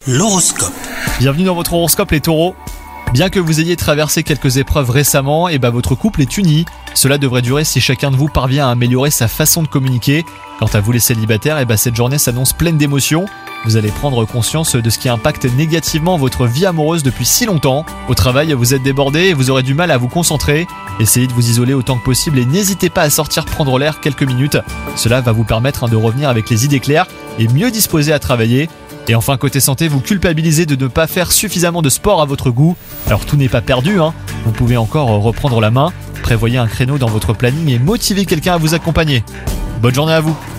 L'horoscope. Bienvenue dans votre horoscope les taureaux. Bien que vous ayez traversé quelques épreuves récemment, votre couple est uni. Cela devrait durer si chacun de vous parvient à améliorer sa façon de communiquer. Quant à vous les célibataires, cette journée s'annonce pleine d'émotions. Vous allez prendre conscience de ce qui impacte négativement votre vie amoureuse depuis si longtemps. Au travail, vous êtes débordé et vous aurez du mal à vous concentrer. Essayez de vous isoler autant que possible et n'hésitez pas à sortir prendre l'air quelques minutes. Cela va vous permettre de revenir avec les idées claires et mieux disposé à travailler. Et enfin, côté santé, vous culpabilisez de ne pas faire suffisamment de sport à votre goût. Alors tout n'est pas perdu, vous pouvez encore reprendre la main. Prévoyez un créneau dans votre planning et motivez quelqu'un à vous accompagner. Bonne journée à vous.